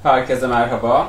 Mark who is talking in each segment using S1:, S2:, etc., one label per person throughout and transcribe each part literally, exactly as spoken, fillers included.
S1: Herkese merhaba.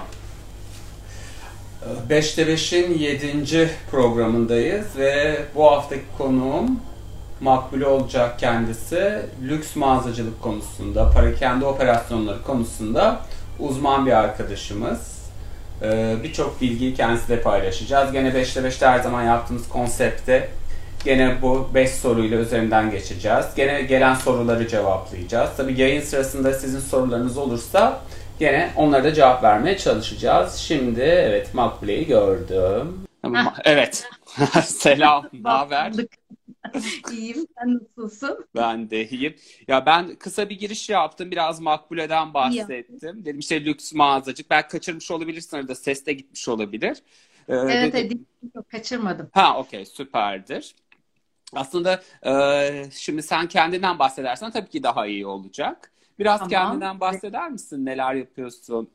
S1: beşte beşin yedinci programındayız ve bu haftaki konuğum Makbule olacak kendisi. Lüks mağazacılık konusunda, parakende operasyonları konusunda uzman bir arkadaşımız. Ee, Birçok bilgiyi kendisiyle paylaşacağız. Gene beşte beşte her zaman yaptığımız konsepte gene bu beş soruyla üzerinden geçeceğiz. Gene gelen soruları cevaplayacağız. Tabii yayın sırasında sizin sorularınız olursa gene onlara da cevap vermeye çalışacağız. Şimdi evet Makbule'yi gördüm.
S2: Heh,
S1: Evet. Selam. Ne haber?
S2: Bastık. İyiyim. Sen nasılsın?
S1: Ben de iyiyim. Ya ben kısa bir giriş yaptım. Biraz Makbule'den
S2: İyi yaptın.
S1: bahsettim. Dedim işte lüks mağazacık. Belki kaçırmış olabilirsin arada. Ses de gitmiş olabilir. Ee,
S2: Evet,
S1: dedim.
S2: evet. Yok, kaçırmadım.
S1: Ha okey süperdir. Aslında e, şimdi sen kendinden bahsedersen tabii ki daha iyi olacak. Biraz
S2: Tamam.
S1: kendinden bahseder misin? Neler yapıyorsun?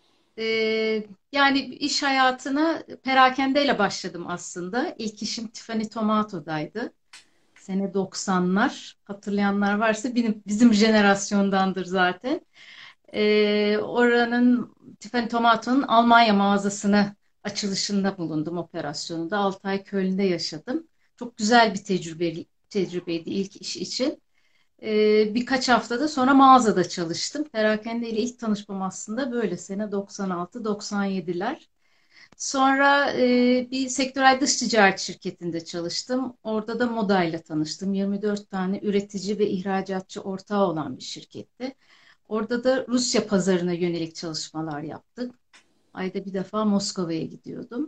S2: Ee, yani iş hayatına perakendeyle başladım aslında. İlk işim Tiffany Tomato'daydı. Sene doksanlar. Hatırlayanlar varsa benim, bizim jenerasyondandır zaten. Ee, oranın Tiffany Tomato'nun Almanya mağazasına açılışında bulundum operasyonunda. altı ay Köln'de yaşadım. Çok güzel bir tecrübe, tecrübeydi ilk iş için. Ee, birkaç haftada sonra mağazada çalıştım. Perakende ile ilk tanışmam aslında böyle sene doksan altı doksan yediler. Sonra e, bir sektörel dış ticaret şirketinde çalıştım. Orada da Moda ile tanıştım. yirmi dört tane üretici ve ihracatçı ortağı olan bir şirketti. Orada da Rusya pazarına yönelik çalışmalar yaptık. Ayda bir defa Moskova'ya gidiyordum.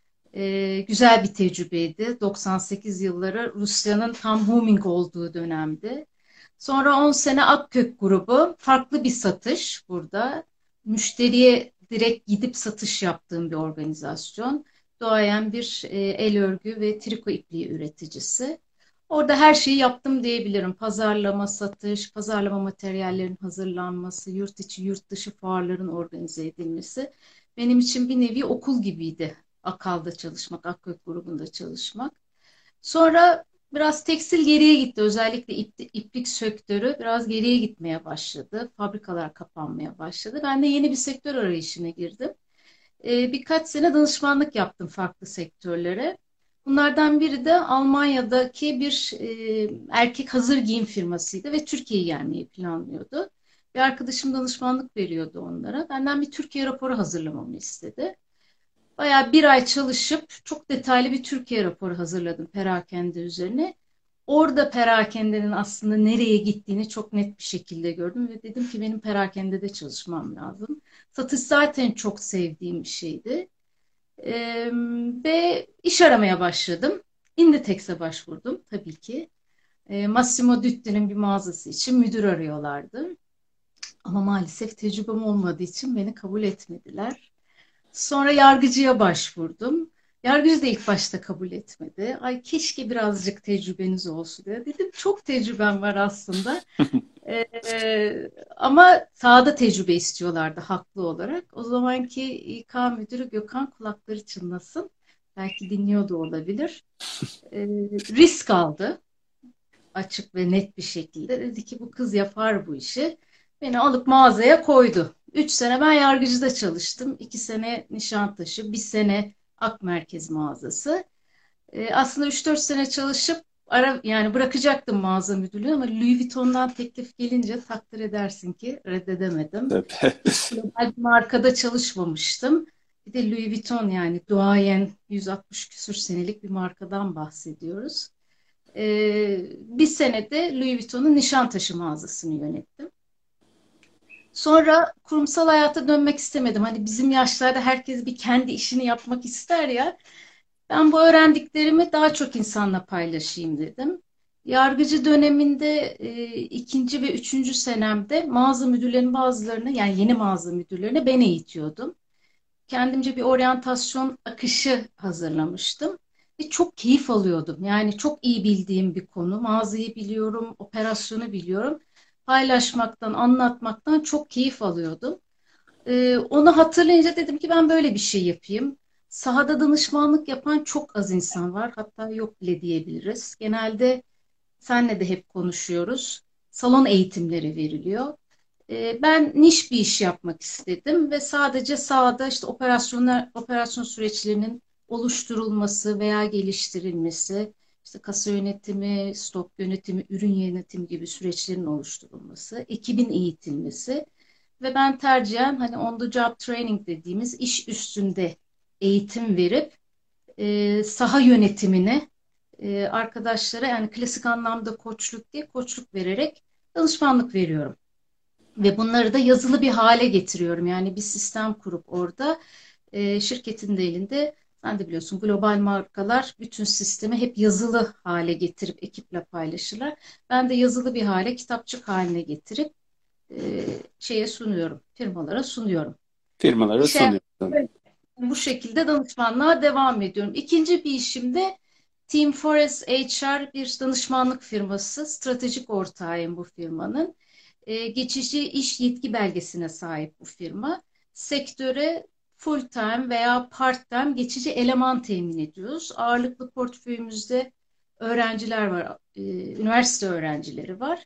S2: E, güzel bir tecrübeydi. doksan sekiz yılları Rusya'nın tam booming olduğu dönemdi. Sonra on sene Akkök grubu farklı bir satış burada. Müşteriye direkt gidip satış yaptığım bir organizasyon. Doğayan bir e, el örgü ve triko ipliği üreticisi. Orada her şeyi yaptım diyebilirim. Pazarlama, satış, pazarlama materyallerin hazırlanması, yurt içi, yurt dışı fuarların organize edilmesi. Benim için bir nevi okul gibiydi. Akal'da çalışmak, Akkök grubunda çalışmak. Sonra biraz tekstil geriye gitti. Özellikle ip- iplik sektörü biraz geriye gitmeye başladı. Fabrikalar kapanmaya başladı. Ben de yeni bir sektör arayışına girdim. Ee, birkaç sene danışmanlık yaptım farklı sektörlere. Bunlardan biri de Almanya'daki bir e, erkek hazır giyim firmasıydı ve Türkiye'ye gelmeyi planlıyordu. Bir arkadaşım danışmanlık veriyordu onlara. Benden bir Türkiye raporu hazırlamamı istedi. Bayağı bir ay çalışıp çok detaylı bir Türkiye raporu hazırladım perakende üzerine. Orada perakendenin aslında nereye gittiğini çok net bir şekilde gördüm ve dedim ki benim perakendede çalışmam lazım. Satış zaten çok sevdiğim bir şeydi. Ee, ve iş aramaya başladım. Inditex'e başvurdum tabii ki. Ee, Massimo Dutti'nin bir mağazası için müdür arıyorlardı. Ama maalesef tecrübem olmadığı için beni kabul etmediler. Sonra yargıcıya başvurdum. Yargıcı da ilk başta kabul etmedi. Ay keşke birazcık tecrübeniz olsun diye. Dedim çok tecrübem var aslında. Ee, ama sahada tecrübe istiyorlardı haklı olarak. O zamanki İK müdürü Gökhan kulakları çınlasın. Belki dinliyordu olabilir. Ee, risk aldı açık ve net bir şekilde. Dedi ki bu kız yapar bu işi. Beni alıp mağazaya koydu. Üç sene ben yargıcıda çalıştım. İki sene Nişantaşı, bir sene Ak Merkez mağazası. Ee, aslında üç dört sene çalışıp ara, yani bırakacaktım mağaza müdürlüğü ama Louis Vuitton'dan teklif gelince takdir edersin ki reddedemedim.
S1: Tabii.
S2: Global bir markada çalışmamıştım. Bir de Louis Vuitton yani duayen yüz altmış küsür senelik bir markadan bahsediyoruz. Ee, bir senede Louis Vuitton'un Nişantaşı mağazasını yönettim. Sonra kurumsal hayata dönmek istemedim. Hani bizim yaşlarda herkes bir kendi işini yapmak ister ya. Ben bu öğrendiklerimi daha çok insanla paylaşayım dedim. Yargıcı döneminde e, ikinci ve üçüncü senemde mağaza müdürlerinin bazılarını yani yeni mağaza müdürlerine ben eğitiyordum. Kendimce bir oryantasyon akışı hazırlamıştım. Ve çok keyif alıyordum. Yani çok iyi bildiğim bir konu. Mağazayı biliyorum, operasyonu biliyorum. Paylaşmaktan, anlatmaktan çok keyif alıyordum. Ee, onu hatırlayınca dedim ki ben böyle bir şey yapayım. Sahada danışmanlık yapan çok az insan var. Hatta yok bile diyebiliriz. Genelde senle de hep konuşuyoruz. Salon eğitimleri veriliyor. E, ben niş bir iş yapmak istedim ve sadece sahada işte operasyonlar, operasyon süreçlerinin oluşturulması veya geliştirilmesi, işte kasa yönetimi, stok yönetimi, ürün yönetimi gibi süreçlerin oluşturulması, ekibin eğitilmesi ve ben tercihen hani on the job training dediğimiz iş üstünde eğitim verip e, saha yönetimini e, arkadaşlara, yani klasik anlamda koçluk değil, koçluk vererek danışmanlık veriyorum. Ve bunları da yazılı bir hale getiriyorum. Yani bir sistem kurup orada e, şirketin de elinde, sen de biliyorsun, global markalar bütün sistemi hep yazılı hale getirip ekiple paylaşırlar. Ben de yazılı bir hale, kitapçık haline getirip e, şeye sunuyorum, firmalara sunuyorum.
S1: Firmalara
S2: İş hayatı
S1: sunuyorsun.
S2: bu şekilde danışmanlığa devam ediyorum. İkinci bir işim de Team Forest H R, bir danışmanlık firması. Stratejik ortağıyım bu firmanın. Ee, geçici iş yetki belgesine sahip bu firma. Sektöre full time veya part time geçici eleman temin ediyoruz. Ağırlıklı portföyümüzde öğrenciler var, ee, üniversite öğrencileri var.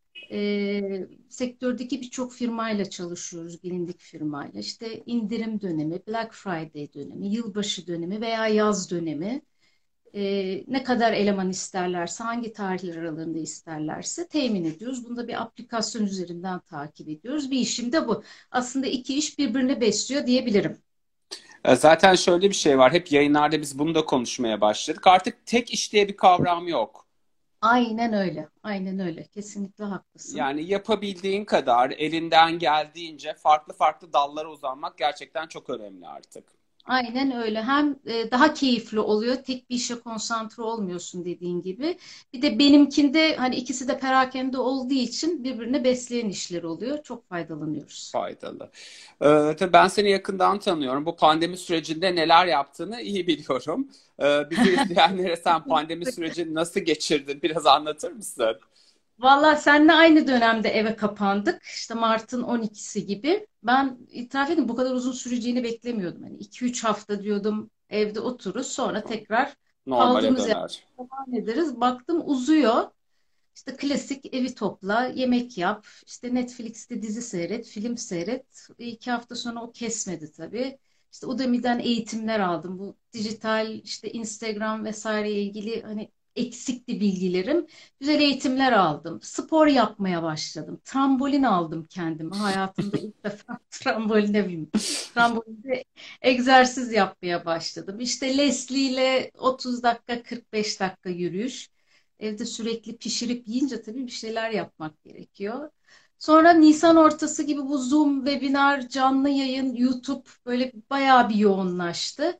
S2: E, sektördeki birçok firmayla çalışıyoruz, bilindik firmayla. İşte indirim dönemi, Black Friday dönemi, yılbaşı dönemi veya yaz dönemi. E, ne kadar eleman isterlerse, hangi tarihler aralığında isterlerse temin ediyoruz. Bunu da bir aplikasyon üzerinden takip ediyoruz. Bir işim de bu. Aslında iki iş birbirini besliyor diyebilirim.
S1: E, Zaten şöyle bir şey var. Hep yayınlarda biz bunu da konuşmaya başladık. Artık tek iş diye bir kavram yok.
S2: Aynen öyle. Aynen öyle. Kesinlikle haklısın.
S1: Yani yapabildiğin kadar elinden geldiğince farklı farklı dallara uzanmak gerçekten çok önemli artık.
S2: Aynen öyle. Hem e, daha keyifli oluyor. Tek bir işe konsantre olmuyorsun dediğin gibi. Bir de benimkinde hani ikisi de perakende olduğu için birbirini besleyen işler oluyor. Çok faydalanıyoruz.
S1: Faydalı. Ee, tabii ben seni yakından tanıyorum. Bu pandemi sürecinde neler yaptığını iyi biliyorum. Ee, bizi izleyenlere sen pandemi sürecini nasıl geçirdin biraz anlatır mısın?
S2: Valla seninle aynı dönemde eve kapandık. İşte Mart'ın on ikisi gibi. Ben itiraf edeyim, bu kadar uzun süreceğini beklemiyordum. Hani iki üç hafta diyordum evde otururuz, sonra tekrar
S1: Normale
S2: kaldığımız yerden
S1: döner.
S2: devam ederiz. Baktım uzuyor. İşte klasik evi topla, yemek yap, işte Netflix'te dizi seyret, film seyret. İki hafta sonra o kesmedi tabii. İşte Udemy'den eğitimler aldım. Bu dijital işte Instagram vesaireyle ilgili hani eksikti bilgilerim. Güzel eğitimler aldım. Spor yapmaya başladım. Trambolin aldım kendime. Hayatımda ilk defa tramboline bindim. Trambolinde egzersiz yapmaya başladım. İşte Leslie ile otuz dakika, kırk beş dakika yürüyüş. Evde sürekli pişirip yiyince tabii bir şeyler yapmak gerekiyor. Sonra Nisan ortası gibi bu Zoom, webinar, canlı yayın, YouTube böyle bayağı bir yoğunlaştı.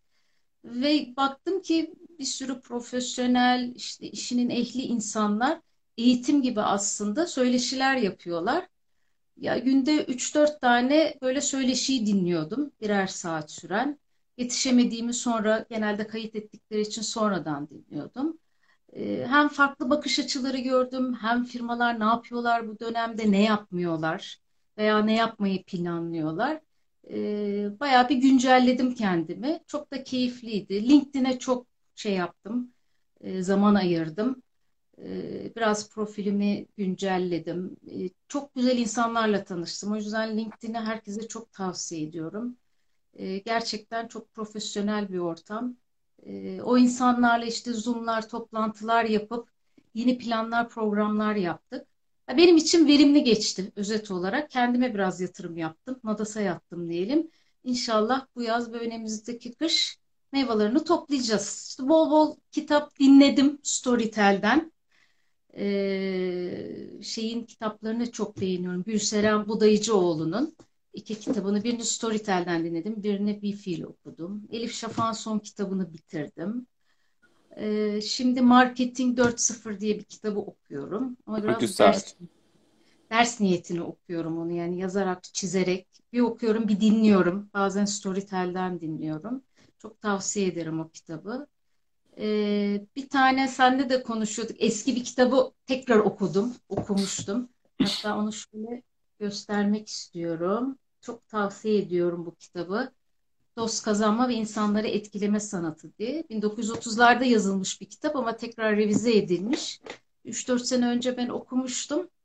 S2: Ve baktım ki bir sürü profesyonel, işte işinin ehli insanlar eğitim gibi aslında söyleşiler yapıyorlar. Ya günde üç dört tane böyle söyleşiyi dinliyordum, birer saat süren. Yetişemediğimi sonra genelde kayıt ettikleri için sonradan dinliyordum. Ee, Hem farklı bakış açıları gördüm, hem firmalar ne yapıyorlar bu dönemde, ne yapmıyorlar veya ne yapmayı planlıyorlar. Ee, Bayağı bir güncelledim kendimi. Çok da keyifliydi. LinkedIn'e çok şey yaptım, e, zaman ayırdım. Ee, Biraz profilimi güncelledim. Ee, Çok güzel insanlarla tanıştım. O yüzden LinkedIn'i herkese çok tavsiye ediyorum. E, gerçekten çok profesyonel bir ortam. E, o insanlarla işte Zoom'lar, toplantılar yapıp yeni planlar, programlar yaptık. Ya benim için verimli geçti özet olarak. Kendime biraz yatırım yaptım. Nadas'a yattım diyelim. İnşallah bu yaz ve önümüzdeki kış meyvelerini toplayacağız. İşte bol bol kitap dinledim Storytel'den. Ee, şeyin kitaplarını çok beğeniyorum. Gülseren Budayıcıoğlu'nun iki kitabını. Birini Storytel'den dinledim. Birini Bir Fiil okudum. Elif Şafak'ın son kitabını bitirdim. Ee, şimdi Marketing dört nokta sıfır diye bir kitabı okuyorum. Ama biraz
S1: Güzel.
S2: ders ders niyetini okuyorum onu. Yani yazarak, çizerek. Bir okuyorum, bir dinliyorum. Bazen Storytel'den dinliyorum. Çok tavsiye ederim o kitabı. Ee, bir tane senle de konuşuyorduk. Eski bir kitabı tekrar okudum, okumuştum. Hatta onu şöyle göstermek istiyorum. Çok tavsiye ediyorum bu kitabı. Dost kazanma ve insanları etkileme sanatı diye. bin dokuz yüz otuzlarda yazılmış bir kitap ama tekrar revize edilmiş. üç dört sene önce ben okumuştum.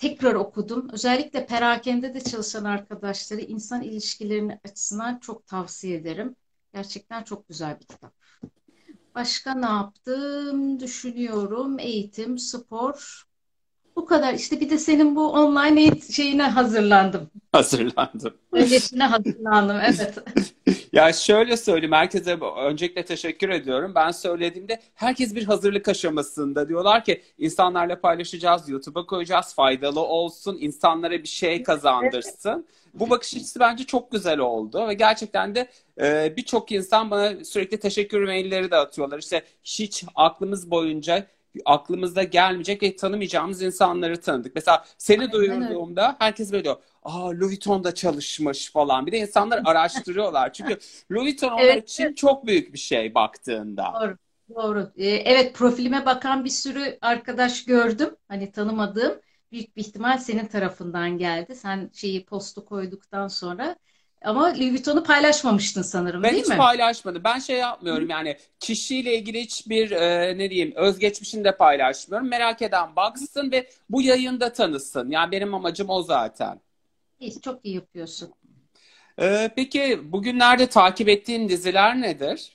S2: tekrar okudum. Özellikle perakende de çalışan arkadaşları insan ilişkilerinin açısından çok tavsiye ederim. Gerçekten çok güzel bir kitap. Başka ne yaptım? Düşünüyorum. Eğitim, spor. Bu kadar. İşte bir de senin bu online eğit şeyine hazırlandım.
S1: Hazırlandım.
S2: Söyleşine hazırlandım. Evet.
S1: Ya şöyle söyleyeyim, herkese öncelikle teşekkür ediyorum. Ben söylediğimde herkes bir hazırlık aşamasında, diyorlar ki insanlarla paylaşacağız, YouTube'a koyacağız, faydalı olsun, insanlara bir şey kazandırsın. Bu bakış açısı bence çok güzel oldu ve gerçekten de e, birçok insan bana sürekli teşekkür mailleri de atıyorlar. İşte hiç aklımız boyunca aklımızda gelmeyecek ve tanımayacağımız insanları tanıdık. Mesela seni
S2: Aynen öyle.
S1: duyurduğumda herkes böyle diyor. Aa, Louis Vuitton'da çalışmış falan. Bir de insanlar araştırıyorlar. Çünkü Louis Vuitton onlar
S2: Evet.
S1: için çok büyük bir şey baktığında.
S2: Doğru. Doğru. Ee, evet, profilime bakan bir sürü arkadaş gördüm. Hani tanımadığım. Büyük bir ihtimal senin tarafından geldi. Sen şeyi postu koyduktan sonra. Ama Louis Vuitton'u paylaşmamıştın sanırım,
S1: Ben
S2: değil
S1: hiç
S2: mi?
S1: paylaşmadım. Ben şey yapmıyorum yani kişiyle ilgili hiçbir e, ne diyeyim özgeçmişini de paylaşmıyorum. Merak eden baksın ve bu yayında tanısın. Yani benim amacım o zaten.
S2: İyi, çok iyi yapıyorsun.
S1: E, peki bugünlerde takip ettiğin diziler nedir?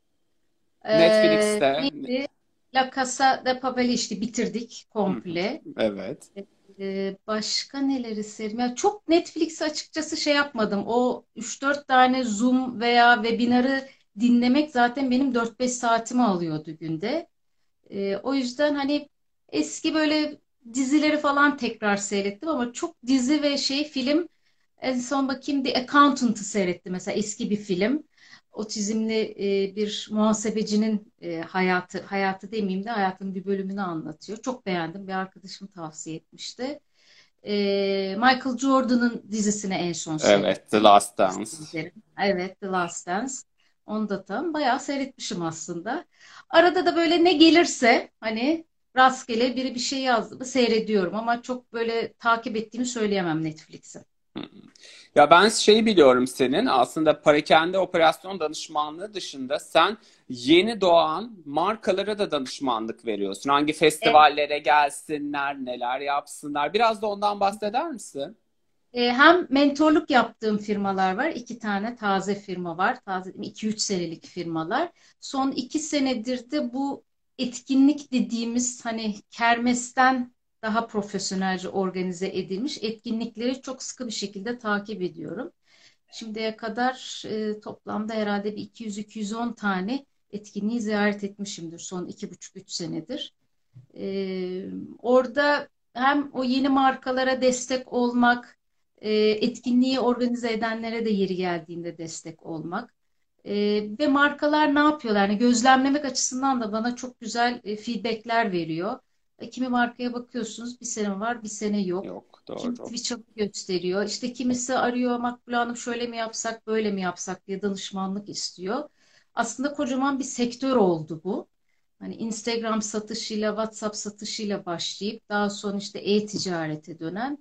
S2: Ee,
S1: Netflix'te.
S2: neydi? La Casa de Papel'i işte bitirdik
S1: Hı hı,
S2: komple.
S1: evet.
S2: Ee, başka neleri serim? Ya çok Netflix'i açıkçası şey yapmadım. O üç dört tane Zoom veya webinarı dinlemek zaten benim dört beş saatimi alıyordu günde. Ee, o yüzden hani eski böyle dizileri falan tekrar seyrettim ama çok dizi ve şey film, en son bakayım The Accountant'ı seyrettim mesela, eski bir film. Otizmli e, bir muhasebecinin e, hayatı, hayatı demeyeyim de hayatının bir bölümünü anlatıyor. Çok beğendim. Bir arkadaşım tavsiye etmişti. E, Michael Jordan'ın dizisini en son
S1: Evet, The
S2: seyrettim.
S1: Last Dance.
S2: Tavsiye ederim. Evet, The Last Dance. Onu da tam bayağı seyretmişim aslında. Arada da böyle ne gelirse hani rastgele biri bir şey yazdı mı seyrediyorum ama çok böyle takip ettiğimi söyleyemem Netflix'i.
S1: Ya ben şeyi biliyorum senin aslında parakende operasyon danışmanlığı dışında sen yeni doğan markalara da danışmanlık veriyorsun. Hangi festivallere gelsinler, neler yapsınlar. Biraz da ondan bahseder misin?
S2: E, hem mentorluk yaptığım firmalar var. İki tane taze firma var. Taze, iki üç senelik firmalar. Son iki senedir de bu etkinlik dediğimiz hani kermesten daha profesyonelce organize edilmiş etkinlikleri çok sıkı bir şekilde takip ediyorum. Şimdiye kadar e, toplamda herhalde bir iki yüz iki yüz on tane etkinliği ziyaret etmişimdir son iki buçuk üç senedir. E, orada hem o yeni markalara destek olmak, e, etkinliği organize edenlere de yeri geldiğinde destek olmak. E, ve markalar ne yapıyorlar? Yani gözlemlemek açısından da bana çok güzel e, feedbackler veriyor. E, kimi markaya bakıyorsunuz, bir sene var, bir sene yok.
S1: Yok,
S2: Kimi
S1: doğru.
S2: Twitch'e gösteriyor. İşte kimisi arıyor, Makbule Hanım şöyle mi yapsak, böyle mi yapsak diye danışmanlık istiyor. Aslında kocaman bir sektör oldu bu. Hani Instagram satışıyla, WhatsApp satışıyla başlayıp daha sonra işte e-ticarete dönen,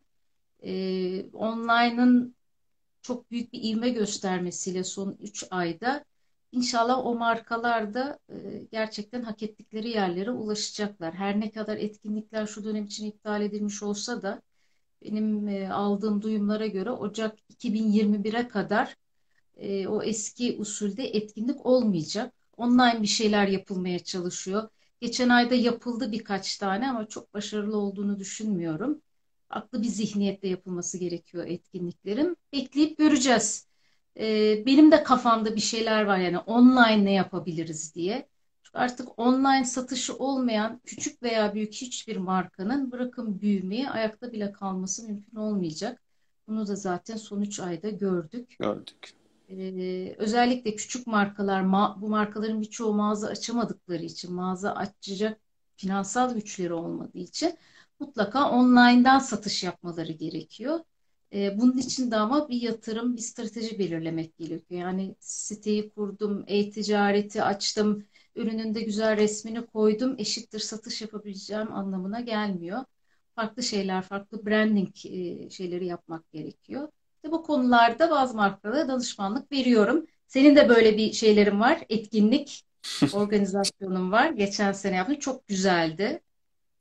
S2: e, online'ın çok büyük bir ivme göstermesiyle son üç ayda inşallah o markalar da e, gerçekten hak ettikleri yerlere ulaşacaklar. Her ne kadar etkinlikler şu dönem için iptal edilmiş olsa da benim e, aldığım duyumlara göre Ocak iki bin yirmi bire kadar e, o eski usulde etkinlik olmayacak. Online bir şeyler yapılmaya çalışıyor. Geçen ayda yapıldı birkaç tane ama çok başarılı olduğunu düşünmüyorum. Farklı bir zihniyetle yapılması gerekiyor etkinliklerin. Bekleyip göreceğiz. E, benim de kafamda bir şeyler var, yani online ne yapabiliriz diye. Çünkü artık online satışı olmayan küçük veya büyük hiçbir markanın bırakın büyümeyi ayakta bile kalması mümkün olmayacak. Bunu da zaten son üç ayda gördük.
S1: Gördük.
S2: Ee, özellikle küçük markalar, ma- bu markaların birçoğu mağaza açamadıkları için, mağaza açacak finansal güçleri olmadığı için mutlaka online'dan satış yapmaları gerekiyor. Ee, bunun için de ama bir yatırım, bir strateji belirlemek gerekiyor. Yani siteyi kurdum, e-ticareti açtım, ürünün de güzel resmini koydum, eşittir satış yapabileceğim anlamına gelmiyor. Farklı şeyler, farklı branding e, şeyleri yapmak gerekiyor. İşte bu konularda bazı markalara danışmanlık veriyorum. Senin de böyle bir şeylerin var. Etkinlik organizasyonun var. Geçen sene yaptın. Çok güzeldi.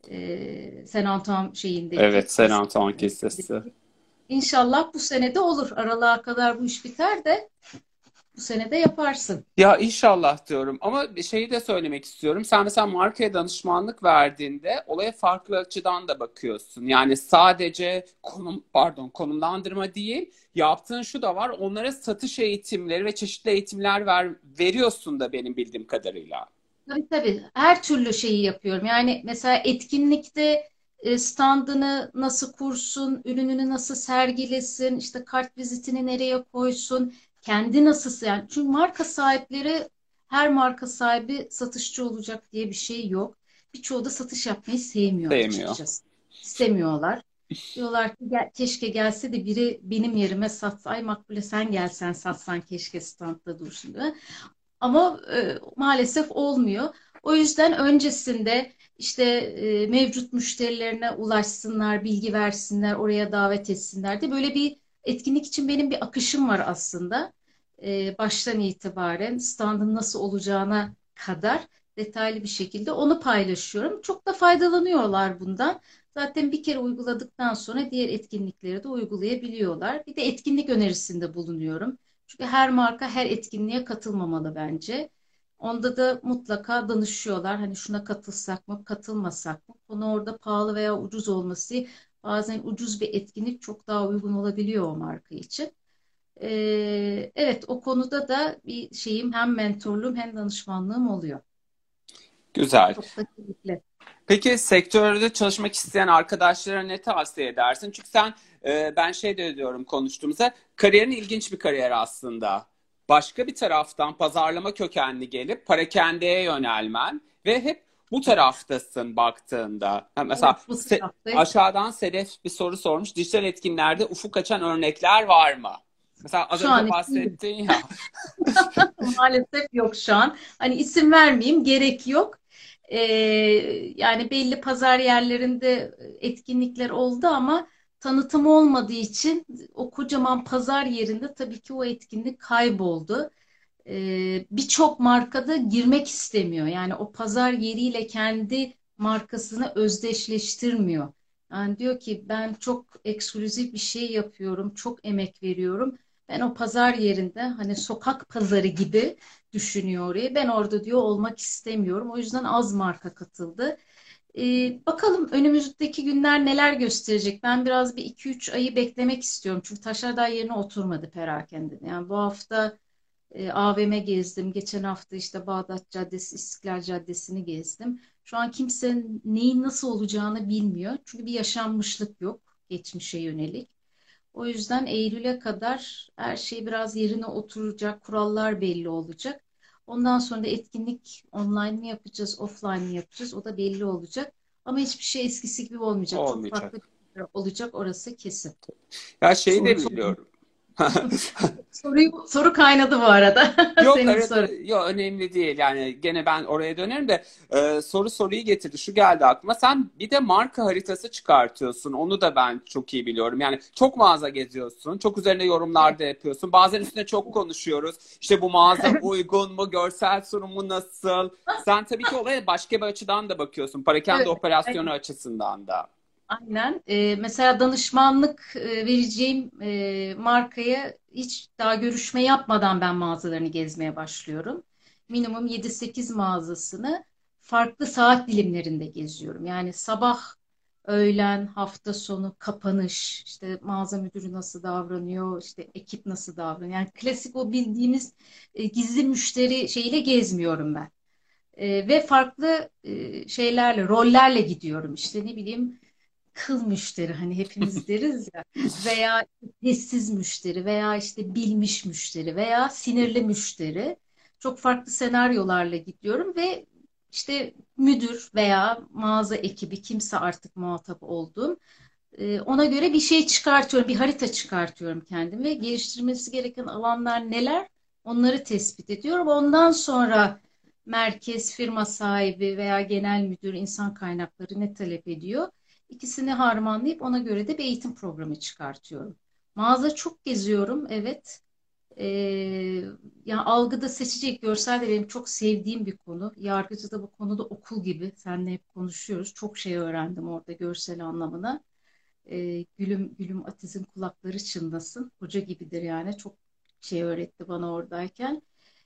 S2: E, Saint Antoine şeyindeki
S1: Evet, Saint
S2: kilise.
S1: Antoine Kilisesi.
S2: İnşallah bu sene de olur. Aralığa kadar bu iş biter de bu sene de yaparsın.
S1: Ya inşallah diyorum ama bir şeyi de söylemek istiyorum. Sen mesela markaya danışmanlık verdiğinde olaya farklı açıdan da bakıyorsun. Yani sadece konum, pardon, konumlandırma değil, yaptığın şu da var. Onlara satış eğitimleri ve çeşitli eğitimler ver, veriyorsun da benim bildiğim kadarıyla.
S2: Tabii tabii. Her türlü şeyi yapıyorum. Yani mesela etkinlikte e, standını nasıl kursun, ürününü nasıl sergilesin, işte kart vizitini nereye koysun, kendi nasıl yani. Çünkü marka sahipleri her marka sahibi satışçı olacak diye bir şey yok. Birçoğu da satış yapmayı sevmiyor
S1: Sevmiyor.
S2: açıkçası. İstemiyorlar. Diyorlar ki "Gel- keşke gelse de biri benim yerime satsa. Ay Makbule sen gelsen satsan keşke standta dursun diye. Ama e, maalesef olmuyor. O yüzden öncesinde işte e, mevcut müşterilerine ulaşsınlar, bilgi versinler, oraya davet etsinler de böyle bir etkinlik için benim bir akışım var aslında. E, baştan itibaren standın nasıl olacağına kadar detaylı bir şekilde onu paylaşıyorum. Çok da faydalanıyorlar bundan. Zaten bir kere uyguladıktan sonra diğer etkinlikleri de uygulayabiliyorlar. Bir de etkinlik önerisinde bulunuyorum. Çünkü her marka her etkinliğe katılmamalı bence. Onda da mutlaka danışıyorlar. Hani şuna katılsak mı, katılmasak mı? Konu orada pahalı veya ucuz olması bazen ucuz bir etkinlik çok daha uygun olabiliyor o marka için. Ee, evet o konuda da bir şeyim hem mentorluğum hem danışmanlığım oluyor.
S1: Güzel.
S2: Çok da keyifli.
S1: Peki sektörde çalışmak isteyen arkadaşlara ne tavsiye edersin? Çünkü sen e, ben şey de diyorum konuştuğumuzda kariyerin ilginç bir kariyer aslında. Başka bir taraftan pazarlama kökenli gelip parakendeye yönelmen ve hep bu taraftasın baktığında. Ha, mesela
S2: Evet bu
S1: se-
S2: taraftayım.
S1: aşağıdan Sedef bir soru sormuş. Dijital etkinlerde ufuk açan örnekler var mı? Mesela az
S2: Şu an
S1: önce
S2: için yok.
S1: bahsettin ya.
S2: Maalesef yok şu an. Hani isim vermeyeyim, gerek yok. Ee, Yani belli pazar yerlerinde etkinlikler oldu ama tanıtım olmadığı için o kocaman pazar yerinde tabii ki o etkinlik kayboldu. Ee, birçok markada girmek istemiyor. Yani o pazar yeriyle kendi markasını özdeşleştirmiyor. Yani diyor ki ben çok ekskluzif bir şey yapıyorum, çok emek veriyorum. Ben o pazar yerinde hani sokak pazarı gibi düşünüyor orayı. Ben orada diyor olmak istemiyorum. O yüzden az marka katıldı. Ee, bakalım önümüzdeki günler neler gösterecek. Ben biraz bir iki üç ayı beklemek istiyorum. Çünkü taşlar daha yerine oturmadı perakende. Yani bu hafta e, A V M gezdim. Geçen hafta işte Bağdat Caddesi, İstiklal Caddesi'ni gezdim. Şu an kimse neyin nasıl olacağını bilmiyor. Çünkü bir yaşanmışlık yok geçmişe yönelik. O yüzden Eylül'e kadar her şey biraz yerine oturacak, kurallar belli olacak. Ondan sonra da etkinlik online mi yapacağız, offline mi yapacağız o da belli olacak. Ama hiçbir şey eskisi gibi olmayacak. Çok farklı
S1: Olmayacak.
S2: bir şey olacak orası kesin.
S1: Ya şeyi
S2: Soru
S1: de
S2: sor.
S1: biliyorum.
S2: Soruyu, soru kaynadı bu arada.
S1: Yok
S2: Senin
S1: arada
S2: sorun.
S1: yok önemli değil yani gene ben oraya dönerim de e, soru soruyu getirdi şu geldi aklıma sen bir de marka haritası çıkartıyorsun onu da ben çok iyi biliyorum yani çok mağaza geziyorsun çok üzerine
S2: Evet.
S1: yorumlar da yapıyorsun bazen üstüne çok konuşuyoruz işte bu mağaza uygun mu görsel sunumu nasıl sen tabii ki olaya başka bir açıdan da bakıyorsun parakende
S2: Evet.
S1: operasyonu açısından da.
S2: Aynen. Ee, mesela danışmanlık e, vereceğim e, markaya hiç daha görüşme yapmadan ben mağazalarını gezmeye başlıyorum. Minimum yedi sekiz mağazasını farklı saat dilimlerinde geziyorum. Yani sabah, öğlen, hafta sonu, kapanış, işte mağaza müdürü nasıl davranıyor, işte ekip nasıl davranıyor. Yani klasik o bildiğimiz e, gizli müşteri şeyiyle gezmiyorum ben. E, ve farklı e, şeylerle, rollerle gidiyorum. İşte ne bileyim kıl müşteri hani hepimiz deriz ya veya sessiz müşteri veya işte bilmiş müşteri veya sinirli müşteri çok farklı senaryolarla gidiyorum ve işte müdür veya mağaza ekibi kimse artık muhatap olduğum e, ona göre bir şey çıkartıyorum, bir harita çıkartıyorum kendim ve geliştirmesi gereken alanlar neler onları tespit ediyorum. Ondan sonra merkez, firma sahibi veya genel müdür, insan kaynakları ne talep ediyor? İkisini harmanlayıp ona göre de bir eğitim programı çıkartıyorum. Mağaza çok geziyorum, evet. Ee, Yani algıda seçecek görsel de benim çok sevdiğim bir konu. Yargıcı da bu konuda okul gibi. Seninle hep konuşuyoruz. Çok şey öğrendim orada görsel anlamına. Ee, gülüm gülüm Atiz'in kulakları çınlasın. Hoca gibidir yani. Çok şey öğretti bana oradayken.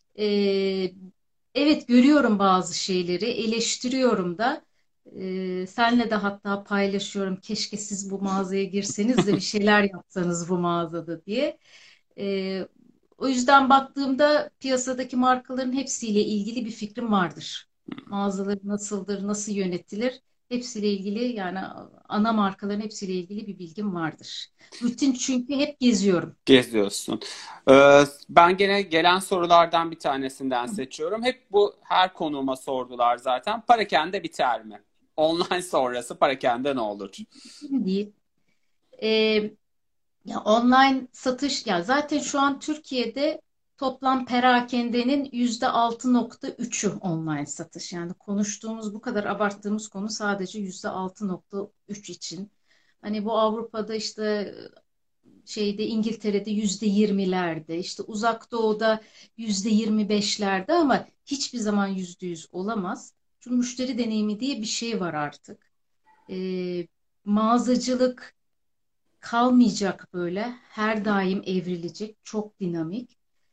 S2: Ee, evet görüyorum bazı şeyleri. Eleştiriyorum da. Ee, senle de hatta paylaşıyorum. Keşke siz bu mağazaya girseniz de bir şeyler yapsanız bu mağazada diye. Ee, O yüzden baktığımda piyasadaki markaların hepsiyle ilgili bir fikrim vardır. Mağazaları nasıldır, nasıl yönetilir, hepsiyle ilgili yani ana markaların hepsiyle ilgili bir bilgim vardır. Rutin çünkü hep geziyorum.
S1: Geziyorsun. Ee, ben gene gelen sorulardan bir tanesinden seçiyorum. Hep bu her konuğuma sordular zaten. Parakende biter mi? Online sonrası parakende ne olur?
S2: Değil. Ee, Ya online satış ya zaten şu an Türkiye'de toplam perakendenin yüzde altı nokta üçü online satış. Yani konuştuğumuz bu kadar abarttığımız konu sadece yüzde altı nokta üç için. Hani bu Avrupa'da işte şeyde İngiltere'de yüzde yirmilerde, işte Uzak Doğu'da yüzde yirmi beşlerde ama hiçbir zaman yüzde yüz olamaz. Çünkü müşteri deneyimi diye bir şey var artık. Ee, Mağazacılık kalmayacak böyle. Her daim evrilecek. Çok dinamik.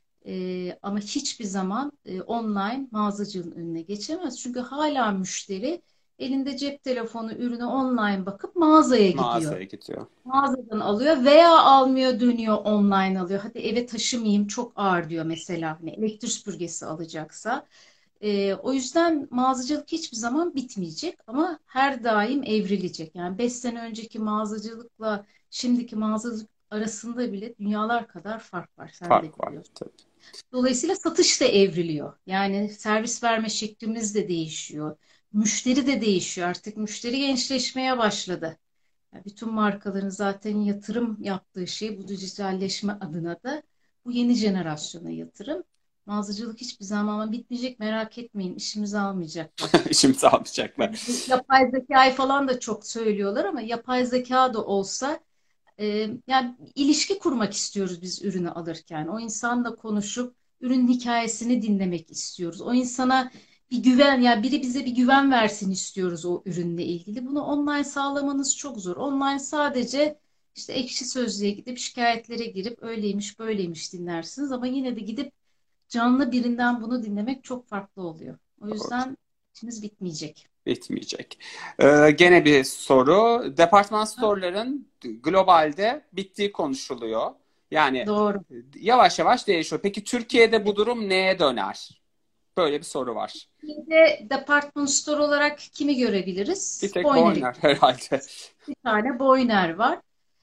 S2: Ee, ama hiçbir zaman e, online mağazacılığın önüne geçemez. Çünkü hala müşteri elinde cep telefonu ürünü online bakıp mağazaya gidiyor.
S1: Mağazaya gidiyor.
S2: Mağazadan alıyor veya almıyor dönüyor online alıyor. Hadi eve taşımayayım çok ağır diyor mesela. Hani elektrik süpürgesi alacaksa. Ee, o yüzden mağazacılık hiçbir zaman bitmeyecek ama her daim evrilecek. Yani beş sene önceki mağazacılıkla şimdiki mağazacılık arasında bile dünyalar kadar fark var. Sen de
S1: Fark var
S2: biliyorsun.
S1: tabii.
S2: Dolayısıyla satış da evriliyor. Yani servis verme şeklimiz de değişiyor. Müşteri de değişiyor. Artık müşteri gençleşmeye başladı. Yani bütün markaların zaten yatırım yaptığı şey bu dijitalleşme adına da bu yeni jenerasyona yatırım. Mağazacılık hiçbir zaman bitmeyecek merak etmeyin işimizi almayacaklar.
S1: İşimizi
S2: Yani
S1: almayacaklar.
S2: bu yapay zekayı falan da çok söylüyorlar ama yapay zeka da olsa e, yani ilişki kurmak istiyoruz biz ürünü alırken. O insanla konuşup ürün hikayesini dinlemek istiyoruz. O insana bir güven ya biri bize bir güven versin istiyoruz o ürünle ilgili. Bunu online sağlamanız çok zor. Online sadece işte Ekşi Sözlüğe gidip şikayetlere girip öyleymiş böyleymiş dinlersiniz ama yine de gidip canlı birinden bunu dinlemek çok farklı oluyor. O
S1: Doğru.
S2: yüzden işimiz bitmeyecek.
S1: Bitmeyecek. Ee, gene bir soru. Departman store'ların globalde bittiği konuşuluyor. Yani
S2: Doğru.
S1: yavaş yavaş değişiyor. Peki Türkiye'de bu durum neye döner? Böyle bir soru var.
S2: Bir de department store olarak kimi
S1: Bir
S2: görebiliriz?
S1: tek
S2: Boyner'i.
S1: Boyner herhalde.
S2: Bir tane Boyner var.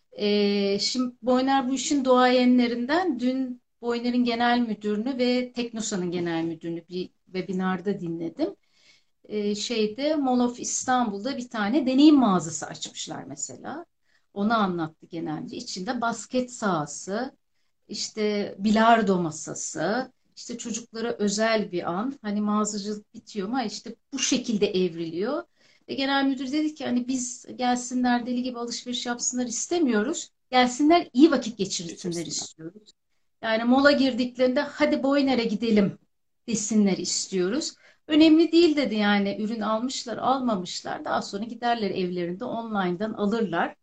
S2: Ee, şimdi Boyner bu işin doğayenlerinden dün Boyner'in genel müdürünü ve Teknosa'nın genel müdürünü bir webinarda dinledim. Ee, şeyde Mall of İstanbul'da bir tane deneyim mağazası açmışlar mesela. Onu anlattı genelde. İçinde basket sahası, işte bilardo masası, işte çocuklara özel bir an. Hani mağazacılık bitiyor ama işte bu şekilde evriliyor. Ve genel müdür dedi ki hani biz gelsinler deli gibi alışveriş yapsınlar istemiyoruz. Gelsinler iyi vakit geçirsinler
S1: Geçirsinler.
S2: istiyoruz. Yani mola girdiklerinde hadi Boyner'e gidelim desinler istiyoruz. Önemli değil dedi yani ürün almışlar almamışlar daha sonra giderler evlerinde online'dan alırlar.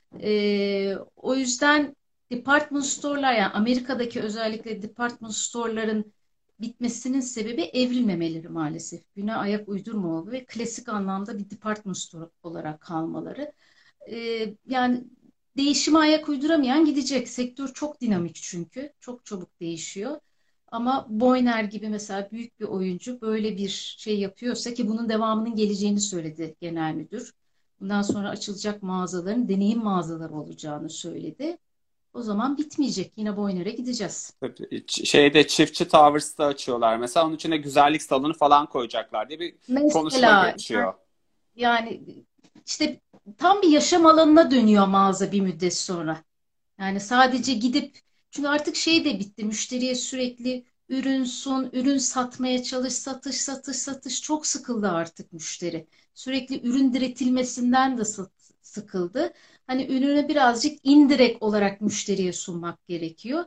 S2: Ee, o yüzden department store'lar yani Amerika'daki özellikle department store'ların bitmesinin sebebi evrilmemeleri maalesef. Güne ayak uydurmamaları ve klasik anlamda bir department store olarak kalmaları. Ee, yani değişime ayak uyduramayan gidecek. Sektör çok dinamik çünkü. Çok çabuk değişiyor. Ama Boyner gibi mesela büyük bir oyuncu böyle bir şey yapıyorsa ki bunun devamının geleceğini söyledi genel müdür. Bundan sonra açılacak mağazaların deneyim mağazaları olacağını söyledi. O zaman bitmeyecek. Yine Boyner'e gideceğiz.
S1: Tabii, şeyde çiftçi Towers'ta açıyorlar. Mesela onun içine güzellik salonu falan koyacaklar diye bir konuşma
S2: Mesela
S1: geçiyor.
S2: yani işte tam bir yaşam alanına dönüyor mağaza bir müddet sonra. Yani sadece gidip çünkü artık şey de bitti. Müşteriye sürekli ürün sun, ürün satmaya çalış, satış, satış, satış. Çok sıkıldı artık müşteri. Sürekli ürün diretilmesinden de sı- sıkıldı. Hani ürünü birazcık indirekt olarak müşteriye sunmak gerekiyor.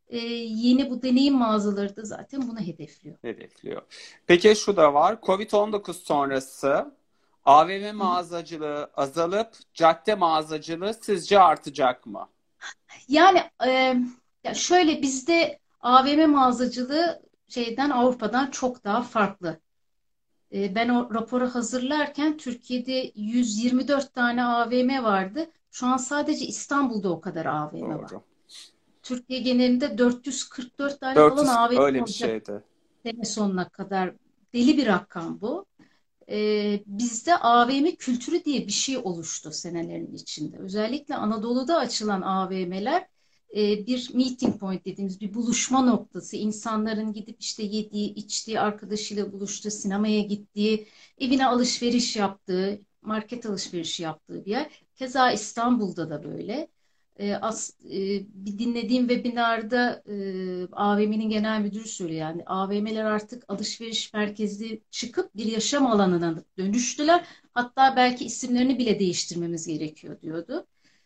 S2: e, yeni bu deneyim mağazaları da zaten bunu hedefliyor.
S1: Hedefliyor. Peki şu da var. Covid on dokuz sonrası A V M mağazacılığı azalıp cadde mağazacılığı sizce artacak mı?
S2: Yani e, ya şöyle bizde A V M mağazacılığı şeyden Avrupa'dan çok daha farklı. E, ben o raporu hazırlarken Türkiye'de yüz yirmi dört tane A V M vardı. Şu an sadece İstanbul'da o kadar A V M var.
S1: Doğru.
S2: Türkiye genelinde dört yüz kırk dört tane falan
S1: dört yüz
S2: A V M
S1: öyle bir
S2: olacak
S1: şeydi.
S2: sene sonuna kadar. Deli bir rakam bu. Ee, bizde A V M kültürü diye bir şey oluştu senelerin içinde. Özellikle Anadolu'da açılan A V M'ler e, bir meeting point dediğimiz bir buluşma noktası. İnsanların gidip işte yediği, içtiği, arkadaşıyla buluştuğu, sinemaya gittiği, evine alışveriş yaptığı, market alışverişi yaptığı bir yer. Keza İstanbul'da da böyle. E, as, e, bir dinlediğim webinarda e, A V M'nin genel müdürü söylüyor. Yani A V M'ler artık alışveriş merkezi çıkıp bir yaşam alanına dönüştüler. Hatta belki isimlerini bile değiştirmemiz gerekiyor diyordu.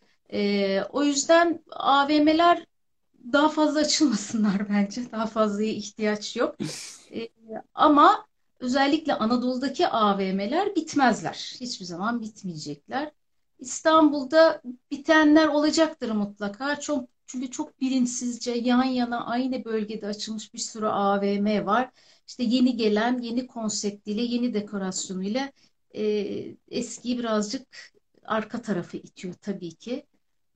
S2: E, o yüzden A V M'ler daha fazla açılmasınlar bence. Daha fazlaya ihtiyaç yok. E, ama özellikle Anadolu'daki A V M'ler bitmezler. Hiçbir zaman bitmeyecekler. İstanbul'da bitenler olacaktır mutlaka. Çok, çünkü çok bilinçsizce yan yana aynı bölgede açılmış bir sürü A V M var. İşte yeni gelen, yeni konseptiyle, yeni dekorasyonuyla e, eskiyi birazcık arka tarafı itiyor tabii ki.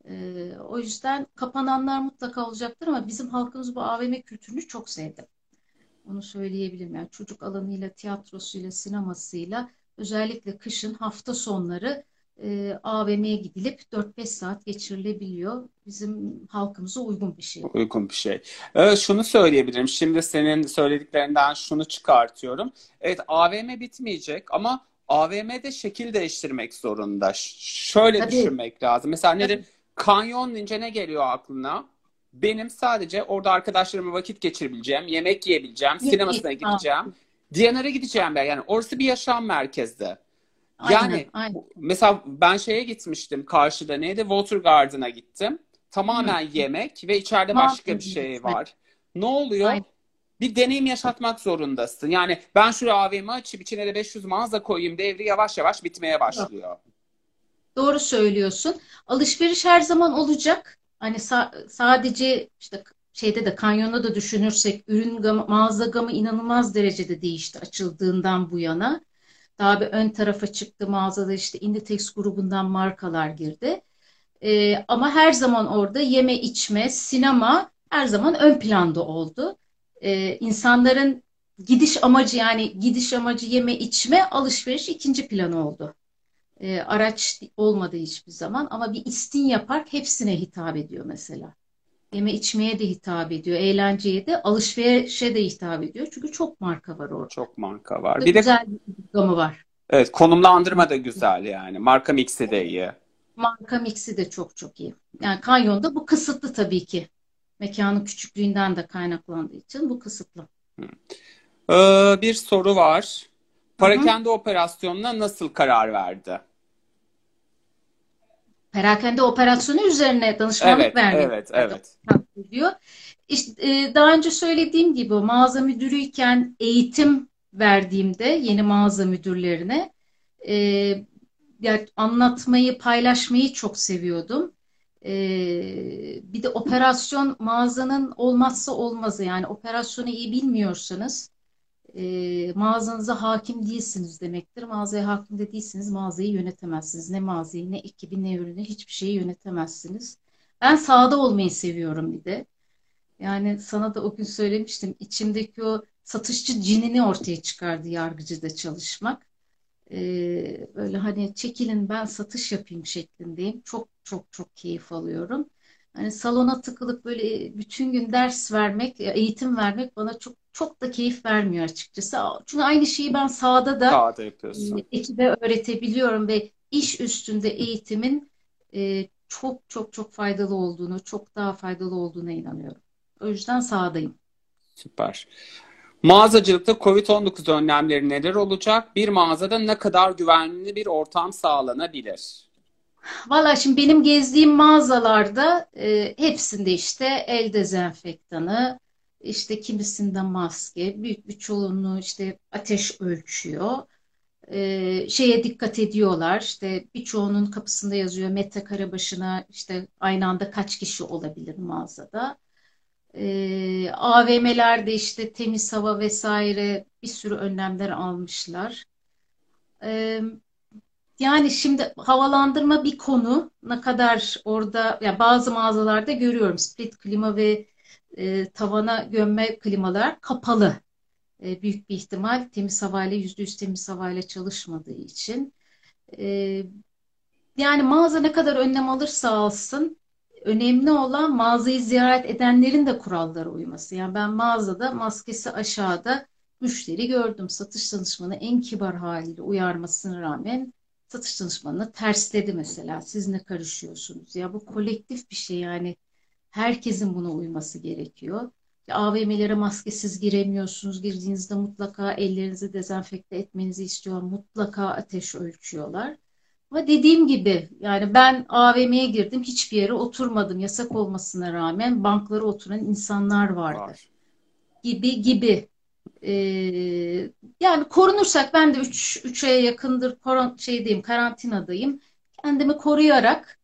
S2: E, o yüzden kapananlar mutlaka olacaktır ama bizim halkımız bu A V M kültürünü çok sevdi. Onu söyleyebilirim. Yani çocuk alanıyla, tiyatrosuyla, sinemasıyla özellikle kışın hafta sonları e, A V M'ye gidilip dört beş saat geçirilebiliyor. Bizim halkımıza uygun bir şey.
S1: Uygun bir şey. Evet, şunu söyleyebilirim. Şimdi senin söylediklerinden şunu çıkartıyorum. Evet, A V M bitmeyecek ama A V M'de şekil değiştirmek zorunda. Ş- Şöyle
S2: Tabii,
S1: düşünmek lazım. Mesela nedir?
S2: tabii.
S1: Kanyon deyince ne geliyor aklına? Benim sadece orada arkadaşlarımla vakit geçirebileceğim, yemek yiyebileceğim,
S2: Ye-
S1: sinemasına
S2: ye- Aa,
S1: gideceğim. D and R'a gideceğim ben. Yani orası bir yaşam merkezi.
S2: aynen,
S1: Yani
S2: aynen.
S1: bu- mesela ben şeye gitmiştim, karşıda neydi? Water Garden'a gittim.
S2: Hı.
S1: Tamamen yemek ve içeride başka bir
S2: Mountain
S1: şey
S2: Dew.
S1: var. Ne oluyor?
S2: Aynen.
S1: Bir deneyim yaşatmak zorundasın. Yani ben şuraya A V M açıp içine de beş yüz mağaza koyayım devri yavaş yavaş bitmeye başlıyor.
S2: Doğru söylüyorsun. Alışveriş her zaman olacak. Hani sa- sadece işte şeyde de kanyonda da düşünürsek ürün gamı, mağaza gamı inanılmaz derecede değişti açıldığından bu yana. Daha bir ön tarafa çıktı mağazada işte Inditex grubundan markalar girdi. Ee, ama her zaman orada yeme içme, sinema her zaman ön planda oldu. Ee, insanların gidiş amacı yani gidiş amacı yeme içme, alışveriş ikinci plan oldu. E, araç olmadı hiçbir zaman ama bir İstinye Park hepsine hitap ediyor mesela. Yeme içmeye de hitap ediyor, eğlenceye de, alışverişe de hitap ediyor. Çünkü çok marka var orada.
S1: Çok marka var.
S2: Da
S1: Bir de
S2: güzel bir gamı var.
S1: evet, konumlandırma da güzel yani. Marka mixi de iyi.
S2: Marka mixi de çok çok iyi. Yani kanyonda bu kısıtlı tabii ki. Mekanın küçüklüğünden de kaynaklandığı için bu kısıtlı.
S1: Ee, bir soru var.
S2: Hı hı.
S1: Parakende operasyonuna nasıl karar verdi?
S2: Perakende operasyonu üzerine danışmanlık
S1: Evet,
S2: vermeyi
S1: evet, evet.
S2: diyor. İşte, e, daha önce söylediğim gibi mağaza müdürüyken eğitim verdiğimde yeni mağaza müdürlerine e, yani anlatmayı, paylaşmayı çok seviyordum. E, bir de operasyon mağazanın olmazsa olmazı. Yani operasyonu iyi bilmiyorsanız e, mağazanıza hakim değilsiniz demektir. Mağazaya hakim de değilsiniz, mağazayı yönetemezsiniz. Ne mağazayı, ne ekibi, ne ürünü, hiçbir şeyi yönetemezsiniz. Ben sahada olmayı seviyorum bir de. Yani sana da o gün söylemiştim. İçimdeki o satışçı cinini ortaya çıkardı yargıcıda çalışmak. Ee, böyle hani çekilin ben satış yapayım şeklindeyim. Çok çok çok keyif alıyorum. Hani salona tıkılıp böyle bütün gün ders vermek, eğitim vermek bana çok çok da keyif vermiyor açıkçası. Çünkü aynı şeyi ben sahada da
S1: Sağda
S2: e,
S1: yapıyorsun.
S2: ekibe öğretebiliyorum ve iş üstünde eğitimin e, çok çok çok faydalı olduğunu, çok daha faydalı olduğuna inanıyorum. O yüzden sahadayım.
S1: Süper. Mağazacılıkta Covid on dokuz önlemleri neler olacak? Bir mağazada ne kadar güvenli bir ortam sağlanabilir?
S2: Valla şimdi benim gezdiğim mağazalarda e, hepsinde işte el dezenfektanı, işte kimisinde maske, büyük bir çoğunluğu işte ateş ölçüyor. E, şeye dikkat ediyorlar. İşte birçoğunun kapısında yazıyor metrekare başına işte aynı anda kaç kişi olabilir mağazada. E, A V M'lerde işte temiz hava vesaire bir sürü önlemler almışlar. E, Yani şimdi havalandırma bir konu. Ne kadar orada ya bazı mağazalarda görüyorum split klima ve e, tavana gömme klimalar kapalı. E, büyük bir ihtimal temiz havayla yüzde yüz temiz havayla çalışmadığı için. E, Yani mağaza ne kadar önlem alırsa alsın önemli olan mağazayı ziyaret edenlerin de kurallara uyması. Yani ben mağazada maskesi aşağıda müşteri gördüm. Satış danışmanı en kibar haliyle uyarmasına rağmen satış danışmanına tersledi mesela. Siz ne karışıyorsunuz? Ya bu kolektif bir şey yani. Herkesin buna uyması gerekiyor. A V M'lere maskesiz giremiyorsunuz. Girdiğinizde mutlaka ellerinizi dezenfekte etmenizi istiyor. Mutlaka ateş ölçüyorlar. Ama dediğim gibi yani ben A V M'ye girdim hiçbir yere oturmadım. Yasak olmasına rağmen banklara oturan insanlar vardı.
S1: Var.
S2: Gibi gibi. Ee, Yani korunursak ben de üç üç aya yakındır koron şeydeyim karantinadayım. Kendimi koruyarak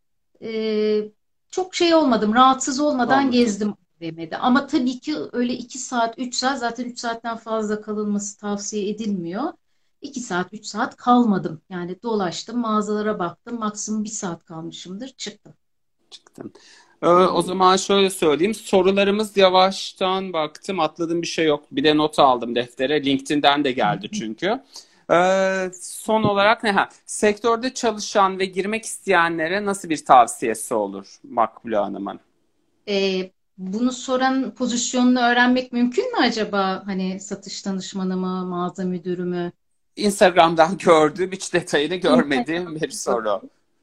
S2: e, çok şey olmadım rahatsız olmadan
S1: Olmadı.
S2: gezdim A V M'de. Ama tabii ki öyle iki saat üç saat zaten üç saatten fazla kalınması tavsiye edilmiyor. iki saat üç saat kalmadım. Yani dolaştım mağazalara baktım maksimum bir saat kalmışımdır çıktım.
S1: Çıktın. Ee, o zaman şöyle söyleyeyim. Sorularımız yavaştan baktım. Atladığım bir şey yok. Bir de not aldım deftere. LinkedIn'den de geldi çünkü. Ee, son olarak ne? Ha, sektörde çalışan ve girmek isteyenlere nasıl bir tavsiyesi olur Makbule Hanım'ın?
S2: E, Bunu soran pozisyonunu öğrenmek mümkün mü acaba? Hani satış danışmanı mı, mağaza müdürü mü?
S1: Instagram'dan gördüğüm hiç detayını görmediğim bir
S2: Instagram.
S1: soru.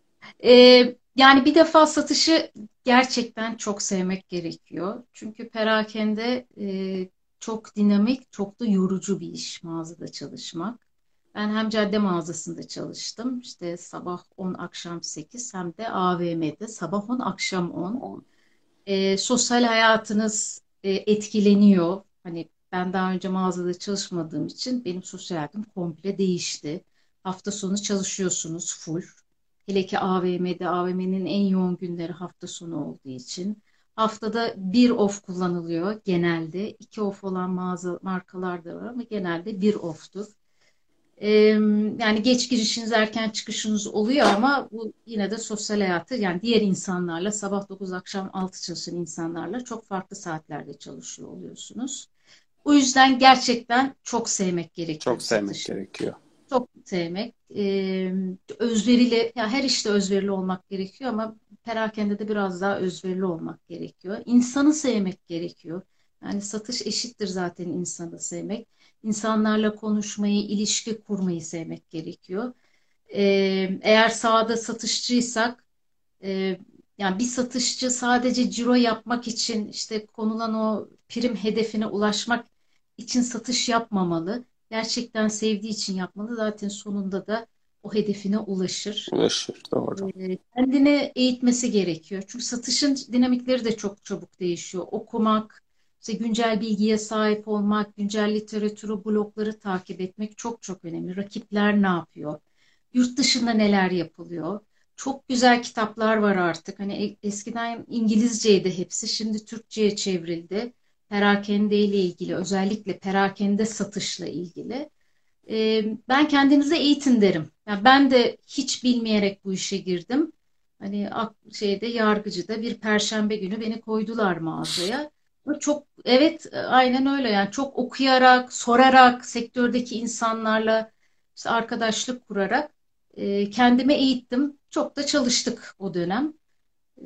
S2: E, Yani bir defa satışı gerçekten çok sevmek gerekiyor. Çünkü perakende e, çok dinamik, çok da yorucu bir iş mağazada çalışmak. Ben hem cadde mağazasında çalıştım. İşte sabah on akşam sekiz hem de A V M'de sabah on akşam on. E, sosyal hayatınız e, etkileniyor. Hani ben daha önce mağazada çalışmadığım için benim sosyal hayatım komple değişti. Hafta sonu çalışıyorsunuz full. Hele ki A V M'de, A V M'nin en yoğun günleri hafta sonu olduğu için. Haftada bir off kullanılıyor genelde. İki off olan mağaza markalar da var ama genelde bir off'tur. Ee, Yani geç girişiniz erken çıkışınız oluyor ama bu yine de sosyal hayatı yani diğer insanlarla sabah dokuz akşam altı çalışan insanlarla çok farklı saatlerde çalışıyor oluyorsunuz. O yüzden gerçekten çok sevmek gerekiyor
S1: Çok
S2: bu
S1: sevmek
S2: satışı.
S1: gerekiyor.
S2: Çok sevmek. Ee, özverili, ya her işte özverili olmak gerekiyor ama perakende de biraz daha özverili olmak gerekiyor. İnsanı sevmek gerekiyor. Yani satış eşittir zaten insanı sevmek. İnsanlarla konuşmayı, ilişki kurmayı sevmek gerekiyor. Ee, eğer sahada satışçıysak, e, yani bir satışçı sadece ciro yapmak için işte konulan o prim hedefine ulaşmak için satış yapmamalı. Gerçekten sevdiği için yapmalı. Zaten sonunda da o hedefine ulaşır.
S1: Ulaşır. Doğru.
S2: E, kendini eğitmesi gerekiyor. Çünkü satışın dinamikleri de çok çabuk değişiyor. Okumak, işte güncel bilgiye sahip olmak, güncel literatürü, blogları takip etmek çok çok önemli. Rakipler ne yapıyor? Yurt dışında neler yapılıyor? Çok güzel kitaplar var artık. Hani e- eskiden İngilizceydi hepsi, şimdi Türkçe'ye çevrildi. Perakende ile ilgili, özellikle perakende satışla ilgili. E, ben kendinize eğitin derim. Yani ben de hiç bilmeyerek bu işe girdim. Hani şeyde yargıcıda bir perşembe günü beni koydular mağazaya. Ama çok evet aynen öyle yani çok okuyarak, sorarak, sektördeki insanlarla işte arkadaşlık kurarak e, kendime eğittim. Çok da çalıştık o dönem. E,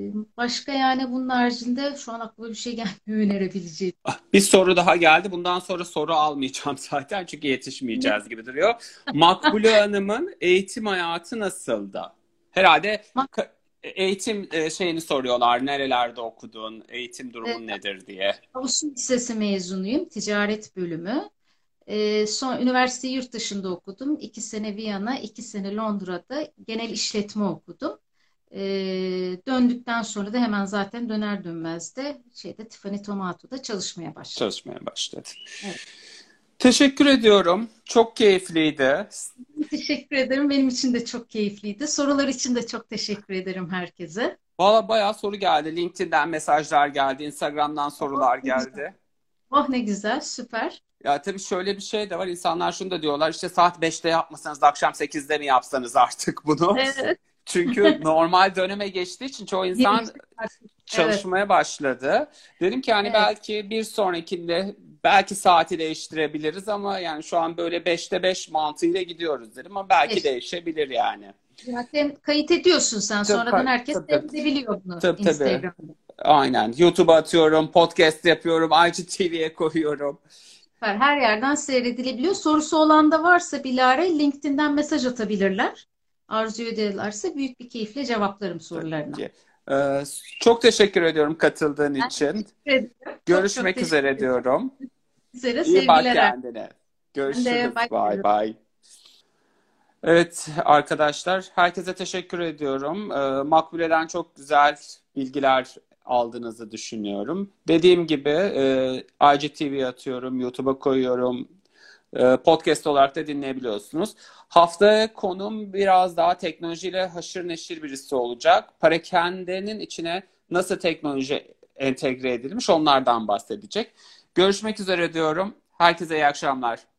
S2: Başka yani bunun haricinde şu an aklıma bir şey gelmiyor önerebileceğim.
S1: Bir soru daha geldi. Bundan sonra soru almayacağım zaten çünkü yetişmeyeceğiz gibi duruyor. Makbule Hanım'ın eğitim hayatı nasıldı? Herhalde eğitim e, şeyini soruyorlar. Nerelerde okudun? Eğitim durumun nedir diye.
S2: Avusturya Lisesi mezunuyum, ticaret bölümü. E, son üniversiteyi yurt dışında okudum. İki sene Viyana, iki sene Londra'da genel işletme okudum. E, döndükten sonra da hemen zaten döner dönmez de şeyde Tiffany Tomato'da çalışmaya başladım.
S1: Çalışmaya başladı.
S2: Evet.
S1: Teşekkür ediyorum. Çok keyifliydi.
S2: Teşekkür ederim. Benim için de çok keyifliydi. Sorular için de çok teşekkür ederim herkese.
S1: Valla bayağı soru geldi. LinkedIn'den mesajlar geldi. Instagram'dan
S2: Oh
S1: sorular
S2: ne güzel.
S1: geldi.
S2: Oh ne güzel, süper.
S1: Ya tabii şöyle bir şey de var. İnsanlar şunu da diyorlar. İşte saat beşte yapmasanız da akşam sekizde mi yapsanız artık bunu?
S2: Evet.
S1: Çünkü normal döneme geçtiği için çoğu insan
S2: Değişti artık. Evet,
S1: çalışmaya başladı. Dedim ki hani
S2: evet.
S1: belki bir sonrakinde belki saati değiştirebiliriz ama yani şu an böyle beşte beş mantığıyla gidiyoruz dedim ama belki
S2: Beş.
S1: değişebilir yani.
S2: Zaten kayıt ediyorsun sen. Sonradan
S1: Tabii
S2: herkes
S1: tabii.
S2: seyredebiliyor bunu
S1: Tabii tabii.
S2: Instagram'da.
S1: Aynen. YouTube'a atıyorum, podcast yapıyorum, I G T V'ye koyuyorum.
S2: Süper. Her yerden seyredilebiliyor. Sorusu olan da varsa Bilare LinkedIn'den mesaj atabilirler. Arzu ediyorlarsa büyük bir keyifle cevaplarım
S1: Tabii
S2: sorularına.
S1: ki. Ee, çok teşekkür ediyorum katıldığın
S2: Ben
S1: için.
S2: teşekkür ederim. Çok çok
S1: Görüşmek
S2: teşekkür
S1: üzere
S2: ederim.
S1: diyorum.
S2: Üzere
S1: İyi bak
S2: sevgiler. Herkese.
S1: kendine.
S2: Ben de
S1: Görüşürüz.
S2: bay
S1: Bye
S2: bay.
S1: bye. Evet arkadaşlar, herkese teşekkür ediyorum. Ee, Makbule'den çok güzel bilgiler aldığınızı düşünüyorum. Dediğim gibi e, I G T V'ye atıyorum, YouTube'a koyuyorum. E, podcast olarak da dinleyebiliyorsunuz. Haftaya konum biraz daha teknolojiyle haşır neşir birisi olacak. Parakende'nin içine nasıl teknoloji entegre edilmiş onlardan bahsedecek. Görüşmek üzere diyorum. Herkese iyi akşamlar.